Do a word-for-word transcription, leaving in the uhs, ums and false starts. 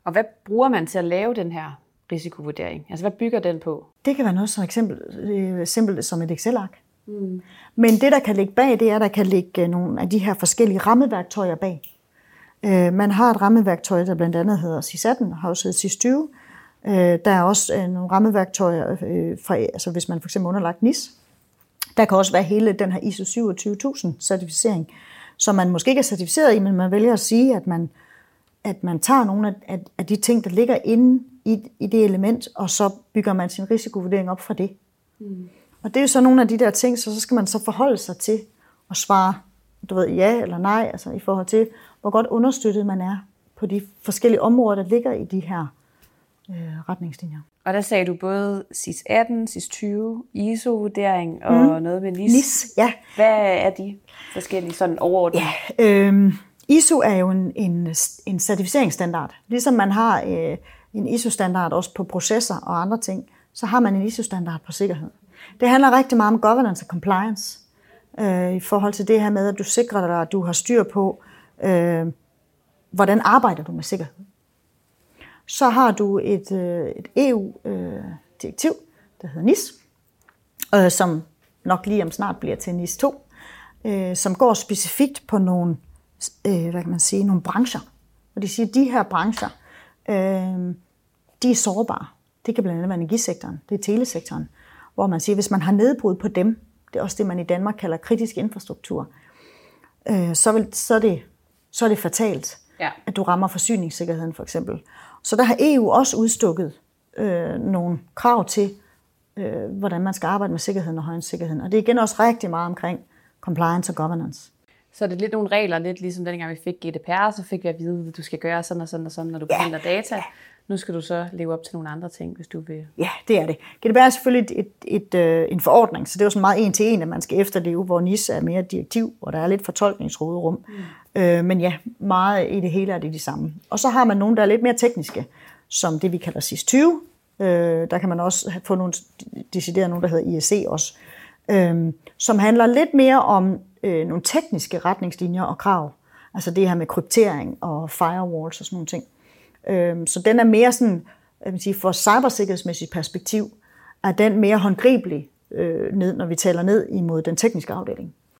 Og hvad bruger man til at lave den her risikovurdering? Altså hvad bygger den på? Det kan være noget som eksempel, øh, simpelt som et Excel-ark. Mm. Men det, der kan ligge bag, det er, at der kan ligge nogle af de her forskellige rammeværktøjer bag. Øh, man har et rammeværktøj, der blandt andet hedder S I S atten, har også heddet S I S tyve. Øh, der er også øh, nogle rammeværktøjer, øh, fra, altså hvis man for eksempel underlagt N I S. Der kan også være hele den her I S O syvogtyve tusind certificering, som man måske ikke er certificeret i, men man vælger at sige, at man, at man tager nogle af, af, af de ting, der ligger inde i, i det element, og så bygger man sin risikovurdering op fra det. Mm. Og det er jo så nogle af de der ting, så, så skal man så forholde sig til at svare, du ved, ja eller nej, altså i forhold til, hvor godt understøttet man er på de forskellige områder, der ligger i de her øh, retningslinjer. Og der sagde du både S I S atten, S I S tyve, I S O-vurdering og mm. noget med N I S. N I S, ja. Hvad er de forskellige sådan overordnet? Ja, øh, I S O er jo en, en, en certificeringsstandard. Ligesom man har øh, en I S O-standard også på processer og andre ting, så har man en I S O-standard på sikkerhed. Det handler rigtig meget om governance og compliance øh, i forhold til det her med, at du sikrer dig, at du har styr på, øh, hvordan arbejder du med sikkerhed. Så har du et, øh, et E U-direktiv, øh, der hedder N I S, øh, som nok lige om snart bliver til N I S to, øh, som går specifikt på nogle, øh, hvad kan man sige, nogle brancher. Og det siger, at de her brancher, øh, de er sårbare. Det kan blandt andet være energisektoren, det er telesektoren, hvor man siger, at hvis man har nedbrud på dem, det er også det, man i Danmark kalder kritisk infrastruktur, øh, så, vil, så, er det, så er det fatalt, ja. At du rammer forsyningssikkerheden for eksempel. Så der har E U også udstukket øh, nogle krav til, øh, hvordan man skal arbejde med sikkerheden og højnesikkerheden. Og det er igen også rigtig meget omkring compliance og governance. Så er det lidt nogle regler, lidt ligesom dengang vi fik G D P R, så fik vi at vide, at du skal gøre sådan og sådan og sådan, når du ja. behandler data. Nu skal du så leve op til nogle andre ting, hvis du vil. Ja, det er det. G D P R er selvfølgelig et, et, et, en forordning, så det er jo sådan meget en til en, at man skal efterleve, hvor N I S er mere direktiv, hvor der er lidt fortolkningsråderum. Mm. Øh, men ja, meget i det hele er det de samme. Og så har man nogle, der er lidt mere tekniske, som det vi kalder S I S tyve. Øh, der kan man også få nogle deciderede nogle, der hedder I S C også, øh, som handler lidt mere om øh, nogle tekniske retningslinjer og krav. Altså det her med kryptering og firewalls og sådan nogle ting. Så den er mere sådan, jeg vil sige, for cybersikkerhedsmæssigt perspektiv, er den mere håndgribelig, øh, ned, når vi taler ned imod den tekniske afdeling.